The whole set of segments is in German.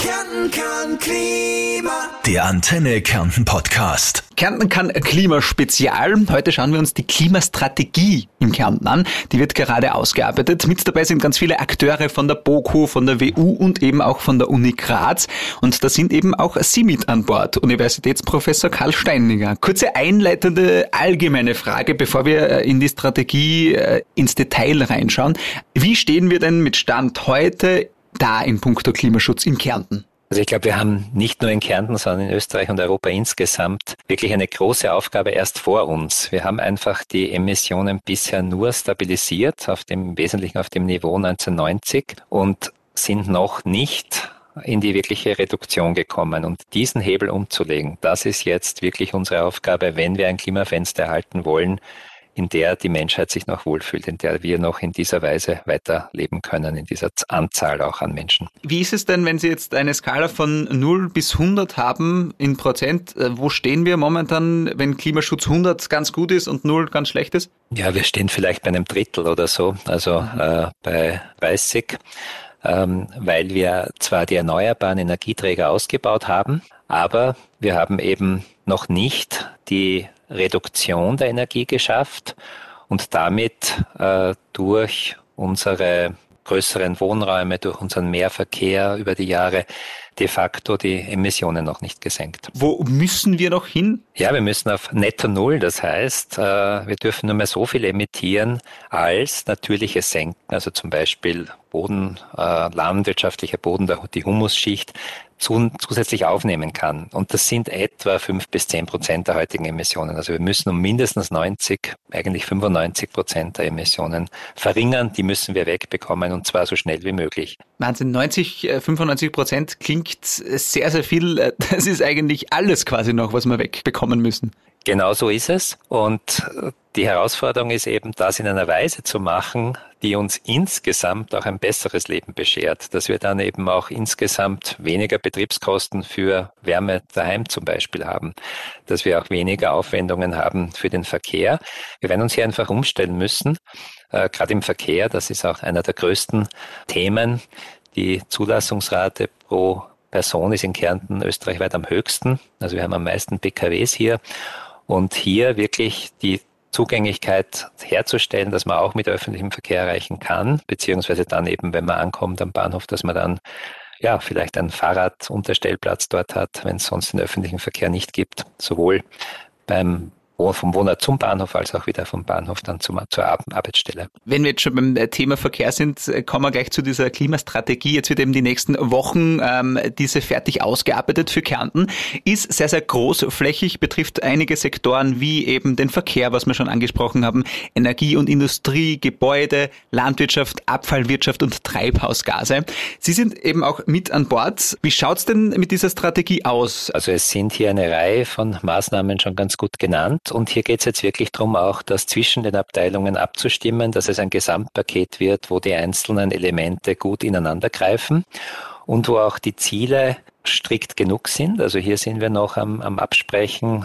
Kärnten kann Klima. Der Antenne Kärnten Podcast. Kärnten kann Klimaspezial. Heute schauen wir uns die Klimastrategie im Kärnten an. Die wird gerade ausgearbeitet. Mit dabei sind ganz viele Akteure von der BOKU, von der WU und eben auch von der Uni Graz. Und da sind eben auch Sie mit an Bord, Universitätsprofessor Karl Steininger. Kurze einleitende allgemeine Frage, bevor wir in die Strategie ins Detail reinschauen. Wie stehen wir denn mit Stand heute da in puncto Klimaschutz in Kärnten? Also ich glaube, wir haben nicht nur in Kärnten, sondern in Österreich und Europa insgesamt wirklich eine große Aufgabe erst vor uns. Wir haben einfach die Emissionen bisher nur stabilisiert, im Wesentlichen auf dem Niveau 1990 und sind noch nicht in die wirkliche Reduktion gekommen. Und diesen Hebel umzulegen, das ist jetzt wirklich unsere Aufgabe, wenn wir ein Klimafenster erhalten wollen, in der die Menschheit sich noch wohlfühlt, in der wir noch in dieser Weise weiterleben können, in dieser Anzahl auch an Menschen. Wie ist es denn, wenn Sie jetzt eine Skala von 0 bis 100 haben in Prozent? Wo stehen wir momentan, wenn Klimaschutz 100 ganz gut ist und 0 ganz schlecht ist? Ja, wir stehen vielleicht bei einem Drittel oder so, also bei 30, weil wir zwar die erneuerbaren Energieträger ausgebaut haben, aber wir haben eben noch nicht die Reduktion der Energie geschafft und damit durch unsere größeren Wohnräume, durch unseren Mehrverkehr über die Jahre de facto die Emissionen noch nicht gesenkt. Wo müssen wir noch hin? Ja, wir müssen auf Netto Null, das heißt, wir dürfen nur mehr so viel emittieren, als natürliches Senken, also zum Beispiel Boden, landwirtschaftlicher Boden, die Humusschicht, zusätzlich aufnehmen kann. Und das sind etwa 5-10% der heutigen Emissionen. Also wir müssen um mindestens 90, eigentlich 95% der Emissionen verringern. Die müssen wir wegbekommen und zwar so schnell wie möglich. Wahnsinn, 95% klingt sehr, sehr viel. Das ist eigentlich alles quasi noch, was wir wegbekommen müssen. Genau so ist es. Und die Herausforderung ist eben, das in einer Weise zu machen, die uns insgesamt auch ein besseres Leben beschert, dass wir dann eben auch insgesamt weniger Betriebskosten für Wärme daheim zum Beispiel haben, dass wir auch weniger Aufwendungen haben für den Verkehr. Wir werden uns hier einfach umstellen müssen, gerade im Verkehr, das ist auch einer der größten Themen. Die Zulassungsrate pro Person ist in Kärnten österreichweit am höchsten, also wir haben am meisten PKWs hier und hier wirklich die Zugänglichkeit herzustellen, dass man auch mit öffentlichem Verkehr erreichen kann, beziehungsweise dann eben, wenn man ankommt am Bahnhof, dass man dann ja vielleicht einen Fahrradunterstellplatz dort hat, wenn es sonst den öffentlichen Verkehr nicht gibt, sowohl vom Wohnort zum Bahnhof als auch wieder vom Bahnhof dann zur Arbeitsstelle. Wenn wir jetzt schon beim Thema Verkehr sind, kommen wir gleich zu dieser Klimastrategie. Jetzt wird eben die nächsten Wochen diese fertig ausgearbeitet für Kärnten. Ist sehr, sehr großflächig, betrifft einige Sektoren wie eben den Verkehr, was wir schon angesprochen haben, Energie und Industrie, Gebäude, Landwirtschaft, Abfallwirtschaft und Treibhausgase. Sie sind eben auch mit an Bord. Wie schaut's denn mit dieser Strategie aus? Also es sind hier eine Reihe von Maßnahmen schon ganz gut genannt. Und hier geht es jetzt wirklich darum, auch das zwischen den Abteilungen abzustimmen, dass es ein Gesamtpaket wird, wo die einzelnen Elemente gut ineinander greifen und wo auch die Ziele strikt genug sind. Also hier sind wir noch am Absprechen,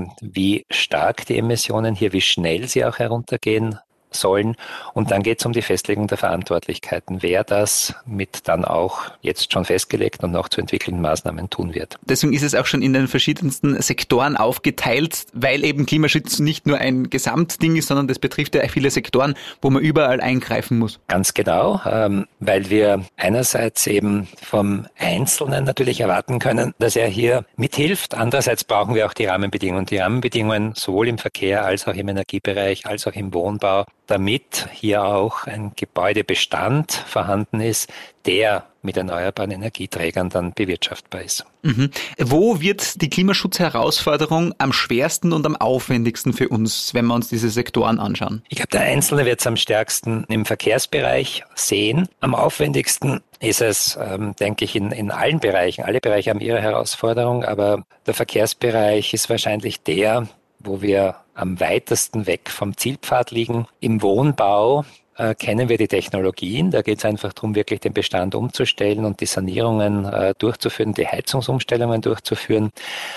wie stark die Emissionen hier, wie schnell sie auch heruntergehen sollen. Und dann geht es um die Festlegung der Verantwortlichkeiten, wer das mit dann auch jetzt schon festgelegten und noch zu entwickelnden Maßnahmen tun wird. Deswegen ist es auch schon in den verschiedensten Sektoren aufgeteilt, weil eben Klimaschutz nicht nur ein Gesamtding ist, sondern das betrifft ja viele Sektoren, wo man überall eingreifen muss. Ganz genau, weil wir einerseits eben vom Einzelnen natürlich erwarten können, dass er hier mithilft. Andererseits brauchen wir auch die Rahmenbedingungen. Die Rahmenbedingungen sowohl im Verkehr als auch im Energiebereich, als auch im Wohnbau, damit hier auch ein Gebäudebestand vorhanden ist, der mit erneuerbaren Energieträgern dann bewirtschaftbar ist. Mhm. Wo wird die Klimaschutzherausforderung am schwersten und am aufwendigsten für uns, wenn wir uns diese Sektoren anschauen? Ich glaube, der Einzelne wird es am stärksten im Verkehrsbereich sehen. Am aufwendigsten ist es, denke ich, in allen Bereichen. Alle Bereiche haben ihre Herausforderung, aber der Verkehrsbereich ist wahrscheinlich der, wo wir am weitesten weg vom Zielpfad liegen. Im Wohnbau kennen wir die Technologien. Da geht es einfach darum, wirklich den Bestand umzustellen und die Sanierungen durchzuführen, die Heizungsumstellungen durchzuführen.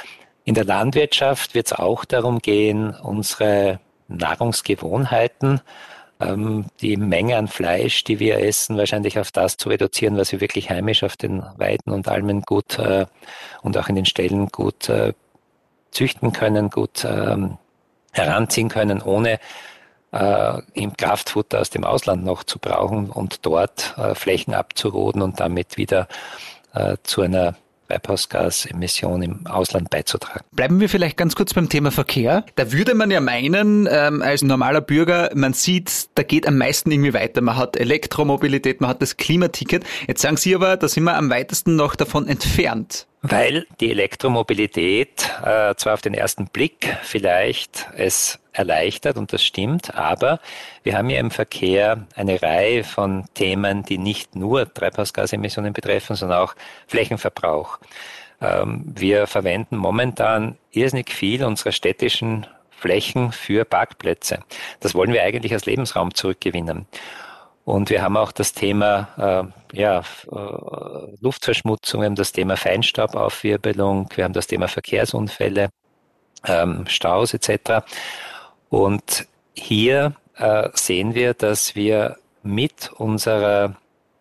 In der Landwirtschaft wird es auch darum gehen, unsere Nahrungsgewohnheiten die Menge an Fleisch, die wir essen, wahrscheinlich auf das zu reduzieren, was wir wirklich heimisch auf den Weiden und Almen gut und auch in den Ställen gut züchten können, gut heranziehen können, ohne im Kraftfutter aus dem Ausland noch zu brauchen und dort Flächen abzuroden und damit wieder zu einer Treibhausgasemission im Ausland beizutragen. Bleiben wir vielleicht ganz kurz beim Thema Verkehr. Da würde man ja meinen, als normaler Bürger, man sieht, da geht am meisten irgendwie weiter. Man hat Elektromobilität, man hat das Klimaticket. Jetzt sagen Sie aber, da sind wir am weitesten noch davon entfernt. Weil die Elektromobilität zwar auf den ersten Blick vielleicht es erleichtert, und das stimmt, aber wir haben ja im Verkehr eine Reihe von Themen, die nicht nur Treibhausgasemissionen betreffen, sondern auch Flächenverbrauch. Wir verwenden momentan irrsinnig viel unserer städtischen Flächen für Parkplätze. Das wollen wir eigentlich als Lebensraum zurückgewinnen. Und wir haben auch das Thema Luftverschmutzung, wir haben das Thema Feinstaubaufwirbelung, wir haben das Thema Verkehrsunfälle, Staus etc. Und hier sehen wir, dass wir mit unserer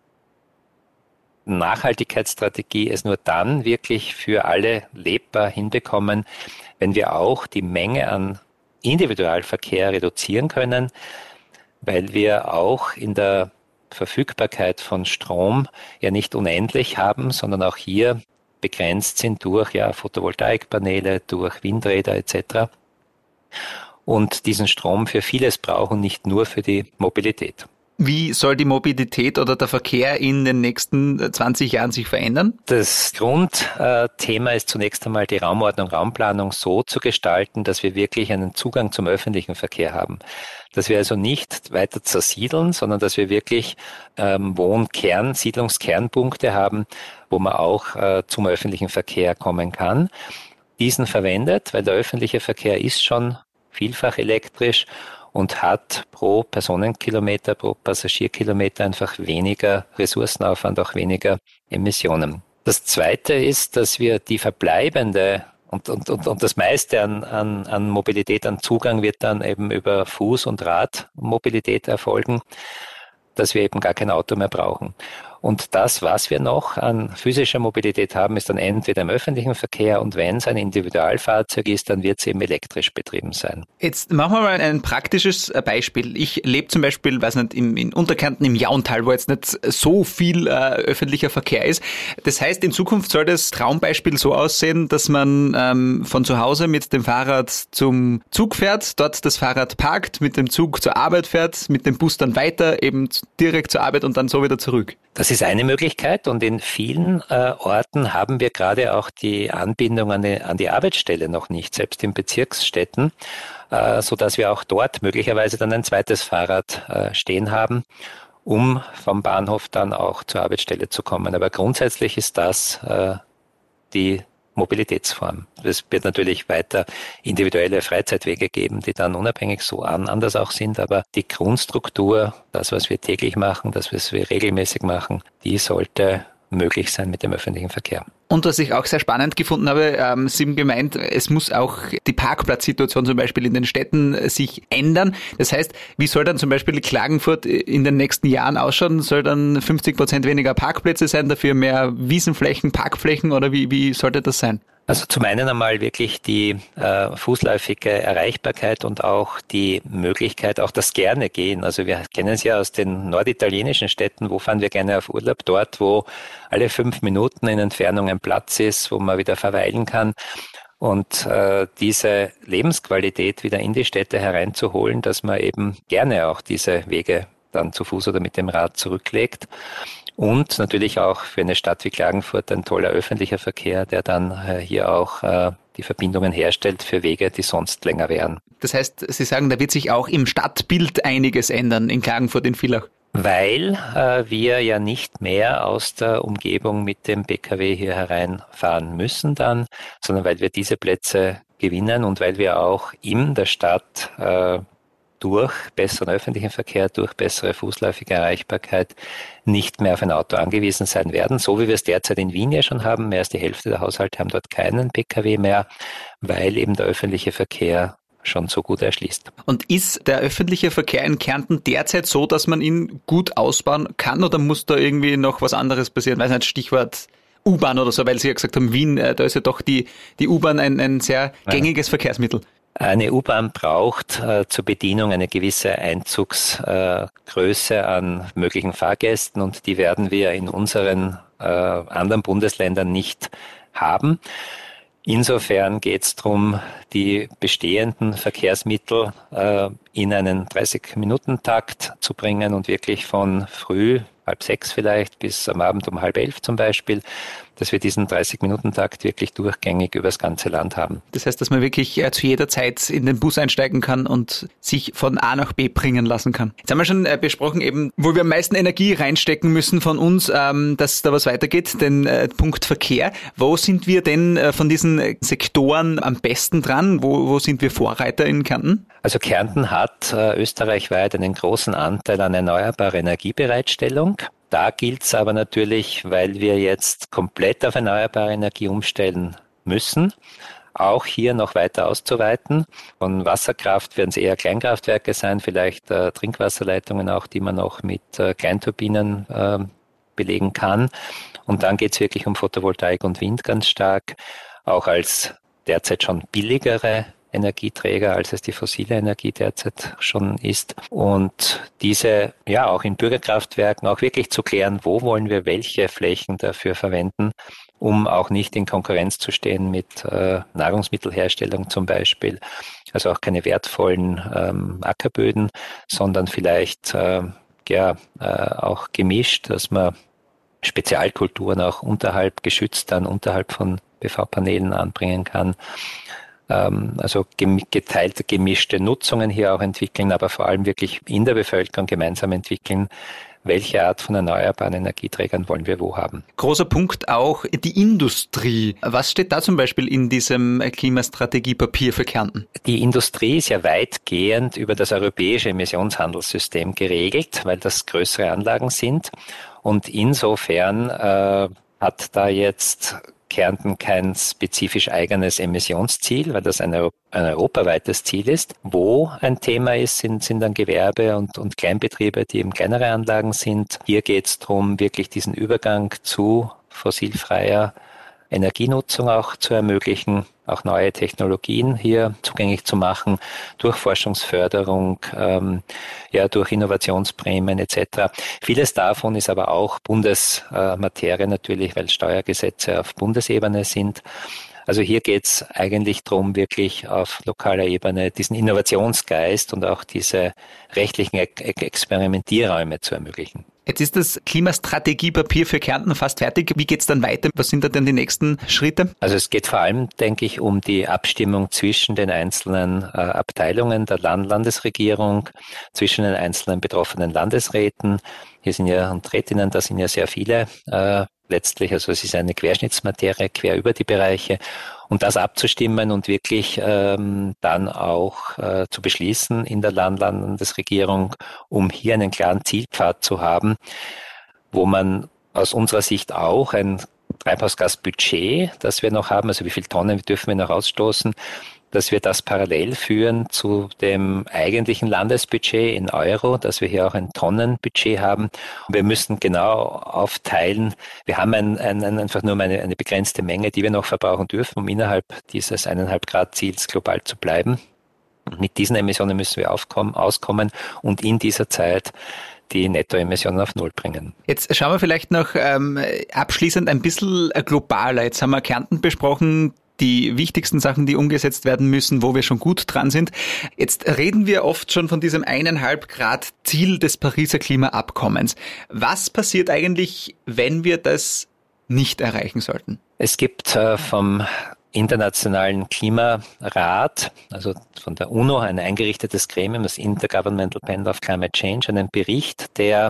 Nachhaltigkeitsstrategie es nur dann wirklich für alle lebbar hinbekommen, wenn wir auch die Menge an Individualverkehr reduzieren können, weil wir auch in der Verfügbarkeit von Strom ja nicht unendlich haben, sondern auch hier begrenzt sind durch Photovoltaikpaneele, durch Windräder etc. Und diesen Strom für vieles brauchen, nicht nur für die Mobilität. Wie soll die Mobilität oder der Verkehr in den nächsten 20 Jahren sich verändern? Das Grundthema ist zunächst einmal die Raumordnung, Raumplanung so zu gestalten, dass wir wirklich einen Zugang zum öffentlichen Verkehr haben. Dass wir also nicht weiter zersiedeln, sondern dass wir wirklich Siedlungskernpunkte haben, wo man auch zum öffentlichen Verkehr kommen kann. Diesen verwendet, weil der öffentliche Verkehr ist schon vielfach elektrisch und hat pro Personenkilometer, pro Passagierkilometer einfach weniger Ressourcenaufwand, auch weniger Emissionen. Das Zweite ist, dass wir die verbleibende und das meiste an Mobilität, an Zugang wird dann eben über Fuß- und Radmobilität erfolgen, dass wir eben gar kein Auto mehr brauchen. Und das, was wir noch an physischer Mobilität haben, ist dann entweder im öffentlichen Verkehr und wenn es ein Individualfahrzeug ist, dann wird es eben elektrisch betrieben sein. Jetzt machen wir mal ein praktisches Beispiel. Ich lebe zum Beispiel, in Unterkärnten im Jauntal, wo jetzt nicht so viel öffentlicher Verkehr ist. Das heißt, in Zukunft soll das Traumbeispiel so aussehen, dass man von zu Hause mit dem Fahrrad zum Zug fährt, dort das Fahrrad parkt, mit dem Zug zur Arbeit fährt, mit dem Bus dann weiter, eben direkt zur Arbeit und dann so wieder zurück. Das ist eine Möglichkeit und in vielen Orten haben wir gerade auch die Anbindung an die Arbeitsstelle noch nicht, selbst in Bezirksstädten, sodass wir auch dort möglicherweise dann ein zweites Fahrrad stehen haben, um vom Bahnhof dann auch zur Arbeitsstelle zu kommen. Aber grundsätzlich ist das die Mobilitätsform. Es wird natürlich weiter individuelle Freizeitwege geben, die dann unabhängig so anders auch sind, aber die Grundstruktur, das, was wir täglich machen, das, was wir regelmäßig machen, die sollte möglich sein mit dem öffentlichen Verkehr. Und was ich auch sehr spannend gefunden habe, Sie haben gemeint, es muss auch die Parkplatzsituation zum Beispiel in den Städten sich ändern. Das heißt, wie soll dann zum Beispiel Klagenfurt in den nächsten Jahren ausschauen? Soll dann 50% weniger Parkplätze sein, dafür mehr Wiesenflächen, Parkflächen oder wie sollte das sein? Also zum einen einmal wirklich die fußläufige Erreichbarkeit und auch die Möglichkeit, auch das gerne gehen. Also wir kennen es ja aus den norditalienischen Städten, wo fahren wir gerne auf Urlaub? Dort, wo alle 5 Minuten in Entfernung ein Platz ist, wo man wieder verweilen kann. Und diese Lebensqualität wieder in die Städte hereinzuholen, dass man eben gerne auch diese Wege dann zu Fuß oder mit dem Rad zurücklegt. Und natürlich auch für eine Stadt wie Klagenfurt ein toller öffentlicher Verkehr, der dann hier auch die Verbindungen herstellt für Wege, die sonst länger wären. Das heißt, Sie sagen, da wird sich auch im Stadtbild einiges ändern in Klagenfurt, in Villach. Weil wir ja nicht mehr aus der Umgebung mit dem Pkw hier hereinfahren müssen dann, sondern weil wir diese Plätze gewinnen und weil wir auch in der Stadt durch besseren öffentlichen Verkehr, durch bessere fußläufige Erreichbarkeit nicht mehr auf ein Auto angewiesen sein werden, so wie wir es derzeit in Wien ja schon haben. Mehr als die Hälfte der Haushalte haben dort keinen Pkw mehr, weil eben der öffentliche Verkehr schon so gut erschließt. Und ist der öffentliche Verkehr in Kärnten derzeit so, dass man ihn gut ausbauen kann oder muss da irgendwie noch was anderes passieren? Weiß nicht, Stichwort U-Bahn oder so, weil Sie ja gesagt haben, Wien, da ist ja doch die U-Bahn ein sehr gängiges Verkehrsmittel. Eine U-Bahn braucht zur Bedienung eine gewisse Einzugsgröße an möglichen Fahrgästen und die werden wir in unseren anderen Bundesländern nicht haben. Insofern geht es darum, die bestehenden Verkehrsmittel in einen 30-Minuten-Takt zu bringen und wirklich von früh, 5:30 vielleicht, bis am Abend um 10:30 zum Beispiel, dass wir diesen 30-Minuten-Takt wirklich durchgängig übers ganze Land haben. Das heißt, dass man wirklich zu jeder Zeit in den Bus einsteigen kann und sich von A nach B bringen lassen kann. Jetzt haben wir schon besprochen, eben, wo wir am meisten Energie reinstecken müssen von uns, dass da was weitergeht, den Punkt Verkehr. Wo sind wir denn von diesen Sektoren am besten dran? Wo sind wir Vorreiter in Kärnten? Also Kärnten hat österreichweit einen großen Anteil an erneuerbarer Energiebereitstellung. Da gilt es aber natürlich, weil wir jetzt komplett auf erneuerbare Energie umstellen müssen, auch hier noch weiter auszuweiten. Von Wasserkraft werden es eher Kleinkraftwerke sein, vielleicht Trinkwasserleitungen auch, die man noch mit Kleinturbinen belegen kann. Und dann geht es wirklich um Photovoltaik und Wind ganz stark, auch als derzeit schon billigere Energieträger, als es die fossile Energie derzeit schon ist. Und diese, ja, auch in Bürgerkraftwerken auch wirklich zu klären, wo wollen wir welche Flächen dafür verwenden, um auch nicht in Konkurrenz zu stehen mit Nahrungsmittelherstellung zum Beispiel. Also auch keine wertvollen Ackerböden, sondern vielleicht auch gemischt, dass man Spezialkulturen auch unterhalb von PV-Paneelen anbringen kann. Also geteilte, gemischte Nutzungen hier auch entwickeln, aber vor allem wirklich in der Bevölkerung gemeinsam entwickeln, welche Art von erneuerbaren Energieträgern wollen wir wo haben. Großer Punkt auch die Industrie. Was steht da zum Beispiel in diesem Klimastrategiepapier für Kärnten? Die Industrie ist ja weitgehend über das europäische Emissionshandelssystem geregelt, weil das größere Anlagen sind. Und insofern hat da jetzt Kärnten kein spezifisch eigenes Emissionsziel, weil das ein europaweites Ziel ist. Wo ein Thema ist, sind dann Gewerbe und Kleinbetriebe, die eben kleinere Anlagen sind. Hier geht es darum, wirklich diesen Übergang zu fossilfreier Energienutzung auch zu ermöglichen, auch neue Technologien hier zugänglich zu machen, durch Forschungsförderung, durch Innovationsprämien etc. Vieles davon ist aber auch Bundesmaterie natürlich, weil Steuergesetze auf Bundesebene sind. Also hier geht es eigentlich darum, wirklich auf lokaler Ebene diesen Innovationsgeist und auch diese rechtlichen Experimentierräume zu ermöglichen. Jetzt ist das Klimastrategiepapier für Kärnten fast fertig. Wie geht's dann weiter? Was sind da denn die nächsten Schritte? Also es geht vor allem, denke ich, um die Abstimmung zwischen den einzelnen Abteilungen der Landesregierung, zwischen den einzelnen betroffenen Landesräten. Hier sind ja und Rätinnen, da sind ja sehr viele letztlich. Also es ist eine Querschnittsmaterie quer über die Bereiche. Und das abzustimmen und wirklich dann auch zu beschließen in der Landesregierung, um hier einen klaren Zielpfad zu haben, wo man aus unserer Sicht auch ein Treibhausgasbudget, das wir noch haben, also wie viele Tonnen dürfen wir noch ausstoßen, dass wir das parallel führen zu dem eigentlichen Landesbudget in Euro, dass wir hier auch ein Tonnenbudget haben. Und wir müssen genau aufteilen. Wir haben einfach nur eine begrenzte Menge, die wir noch verbrauchen dürfen, um innerhalb dieses 1,5 Grad Ziels global zu bleiben. Und mit diesen Emissionen müssen wir auskommen und in dieser Zeit die Nettoemissionen auf Null bringen. Jetzt schauen wir vielleicht noch abschließend ein bisschen globaler. Jetzt haben wir Kärnten besprochen, die wichtigsten Sachen, die umgesetzt werden müssen, wo wir schon gut dran sind. Jetzt reden wir oft schon von diesem 1,5 Grad Ziel des Pariser Klimaabkommens. Was passiert eigentlich, wenn wir das nicht erreichen sollten? Es gibt vom Internationalen Klimarat, also von der UNO, ein eingerichtetes Gremium, das Intergovernmental Panel of Climate Change, einen Bericht, der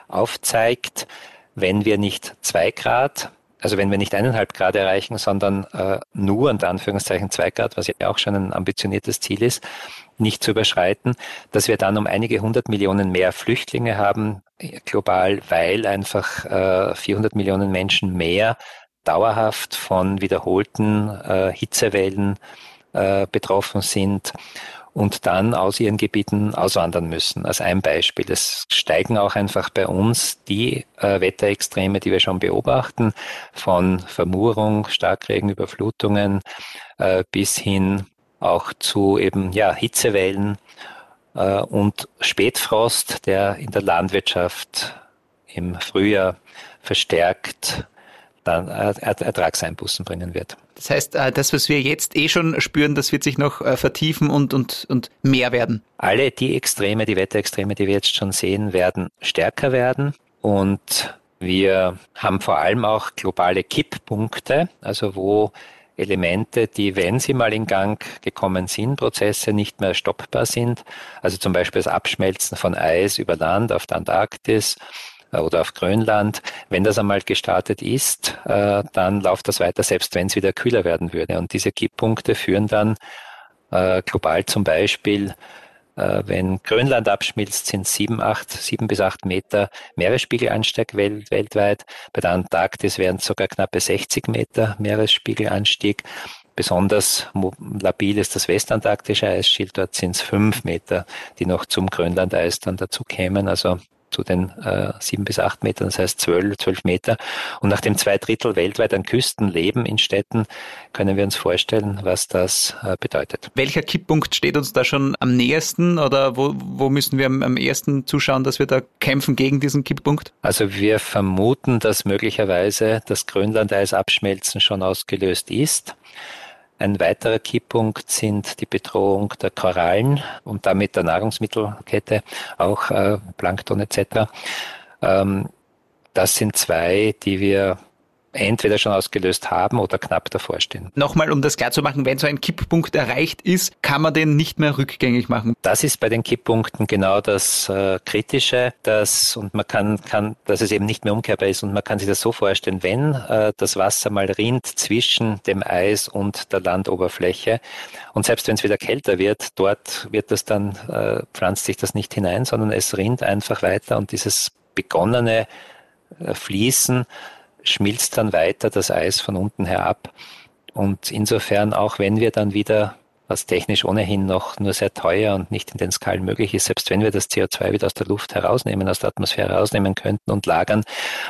aufzeigt, wenn wir nicht 2 Grad, also wenn wir nicht 1,5 Grad erreichen, sondern nur unter Anführungszeichen 2 Grad, was ja auch schon ein ambitioniertes Ziel ist, nicht zu überschreiten, dass wir dann um einige 100 Millionen mehr Flüchtlinge haben, global, weil einfach 400 Millionen Menschen mehr dauerhaft von wiederholten Hitzewellen betroffen sind und dann aus ihren Gebieten auswandern müssen. Als ein Beispiel. Es steigen auch einfach bei uns die Wetterextreme, die wir schon beobachten, von Vermurung, Starkregen, Überflutungen bis hin auch zu eben Hitzewellen und Spätfrost, der in der Landwirtschaft im Frühjahr verstärkt dann Ertragseinbußen bringen wird. Das heißt, das, was wir jetzt schon spüren, das wird sich noch vertiefen und mehr werden. Alle die Wetterextreme, die wir jetzt schon sehen, werden stärker werden. Und wir haben vor allem auch globale Kipppunkte, also wo Elemente, die, wenn sie mal in Gang gekommen sind, Prozesse nicht mehr stoppbar sind. Also zum Beispiel das Abschmelzen von Eis über Land auf der Antarktis oder auf Grönland. Wenn das einmal gestartet ist, dann läuft das weiter, selbst wenn es wieder kühler werden würde. Und diese Kipppunkte führen dann global zum Beispiel, wenn Grönland abschmilzt, sind 7 bis 8 Meter Meeresspiegelanstieg weltweit. Bei der Antarktis wären es sogar knappe 60 Meter Meeresspiegelanstieg. Besonders labil ist das westantarktische Eisschild. Dort sind es 5 Meter, die noch zum Grönlandeis dann dazu kämen. Also zu den 7 bis 8 Metern, das heißt 12 Meter. Und nachdem 2/3 weltweit an Küsten leben, in Städten, können wir uns vorstellen, was das bedeutet. Welcher Kipppunkt steht uns da schon am nähersten oder wo müssen wir am ersten zuschauen, dass wir da kämpfen gegen diesen Kipppunkt? Also wir vermuten, dass möglicherweise das Grönlandeis abschmelzen schon ausgelöst ist. Ein weiterer Kipppunkt sind die Bedrohung der Korallen und damit der Nahrungsmittelkette, auch Plankton etc. Das sind 2, die wir entweder schon ausgelöst haben oder knapp davor stehen. Nochmal, um das klar zu machen, wenn so ein Kipppunkt erreicht ist, kann man den nicht mehr rückgängig machen. Das ist bei den Kipppunkten genau das Kritische, dass es eben nicht mehr umkehrbar ist und man kann sich das so vorstellen, wenn das Wasser mal rinnt zwischen dem Eis und der Landoberfläche und selbst wenn es wieder kälter wird, dort wird das dann, pflanzt sich das nicht hinein, sondern es rinnt einfach weiter und dieses begonnene Fließen schmilzt dann weiter das Eis von unten herab. Und insofern, auch wenn wir dann wieder, was technisch ohnehin noch nur sehr teuer und nicht in den Skalen möglich ist, selbst wenn wir das CO2 wieder aus der Luft herausnehmen, aus der Atmosphäre herausnehmen könnten und lagern,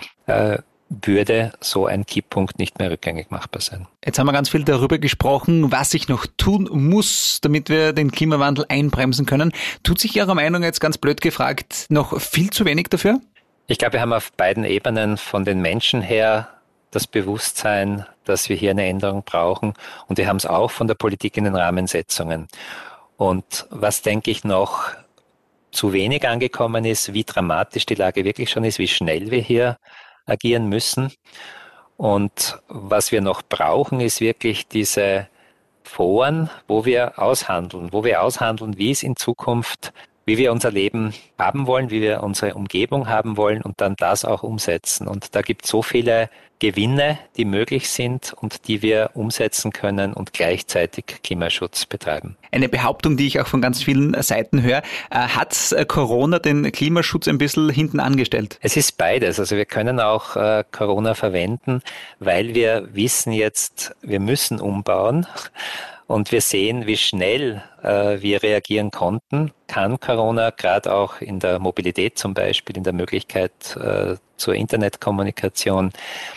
würde so ein Kipppunkt nicht mehr rückgängig machbar sein. Jetzt haben wir ganz viel darüber gesprochen, was sich noch tun muss, damit wir den Klimawandel einbremsen können. Tut sich Ihrer Meinung jetzt ganz blöd gefragt noch viel zu wenig dafür? Ich glaube, wir haben auf beiden Ebenen von den Menschen her das Bewusstsein, dass wir hier eine Änderung brauchen. Und wir haben es auch von der Politik in den Rahmensetzungen. Und was, denke ich, noch zu wenig angekommen ist, wie dramatisch die Lage wirklich schon ist, wie schnell wir hier agieren müssen. Und was wir noch brauchen, ist wirklich diese Foren, wo wir aushandeln, wie es in Zukunft, wie wir unser Leben haben wollen, wie wir unsere Umgebung haben wollen und dann das auch umsetzen. Und da gibt es so viele Gewinne, die möglich sind und die wir umsetzen können und gleichzeitig Klimaschutz betreiben. Eine Behauptung, die ich auch von ganz vielen Seiten höre, hat Corona den Klimaschutz ein bisschen hinten angestellt? Es ist beides. Also wir können auch Corona verwenden, weil wir wissen jetzt, wir müssen umbauen. Und wir sehen, wie schnell wir reagieren konnten, kann Corona gerade auch in der Mobilität zum Beispiel, in der Möglichkeit zur Internetkommunikation,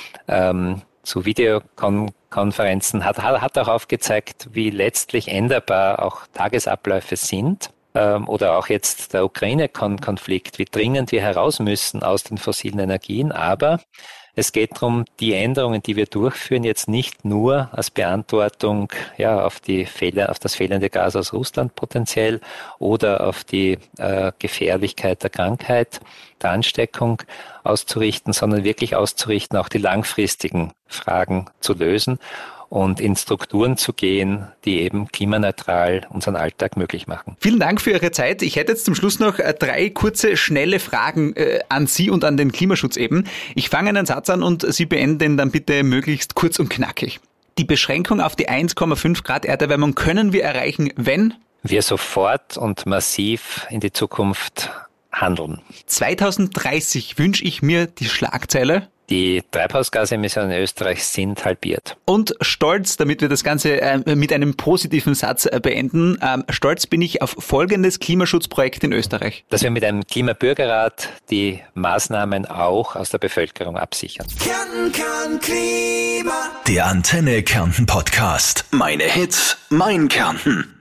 zu Videokonferenzen, hat auch aufgezeigt, wie letztlich änderbar auch Tagesabläufe sind. Oder auch jetzt der Ukraine-Konflikt, wie dringend wir heraus müssen aus den fossilen Energien. Aber es geht darum, die Änderungen, die wir durchführen, jetzt nicht nur als Beantwortung auf das fehlende Gas aus Russland potenziell oder auf die Gefährlichkeit der Krankheit, der Ansteckung auszurichten, sondern wirklich auszurichten, auch die langfristigen Fragen zu lösen und in Strukturen zu gehen, die eben klimaneutral unseren Alltag möglich machen. Vielen Dank für Ihre Zeit. Ich hätte jetzt zum Schluss noch 3 kurze, schnelle Fragen an Sie und an den Klimaschutz eben. Ich fange einen Satz an und Sie beenden den dann bitte möglichst kurz und knackig. Die Beschränkung auf die 1,5 Grad Erderwärmung können wir erreichen, wenn wir sofort und massiv in die Zukunft handeln. 2030 wünsche ich mir die Schlagzeile: Die Treibhausgasemissionen in Österreich sind halbiert. Und stolz, damit wir das Ganze mit einem positiven Satz beenden, stolz bin ich auf folgendes Klimaschutzprojekt in Österreich. Dass wir mit einem Klimabürgerrat die Maßnahmen auch aus der Bevölkerung absichern. Kärnten kann Klima. Der Antenne Kärnten Podcast. Meine Hits, mein Kärnten.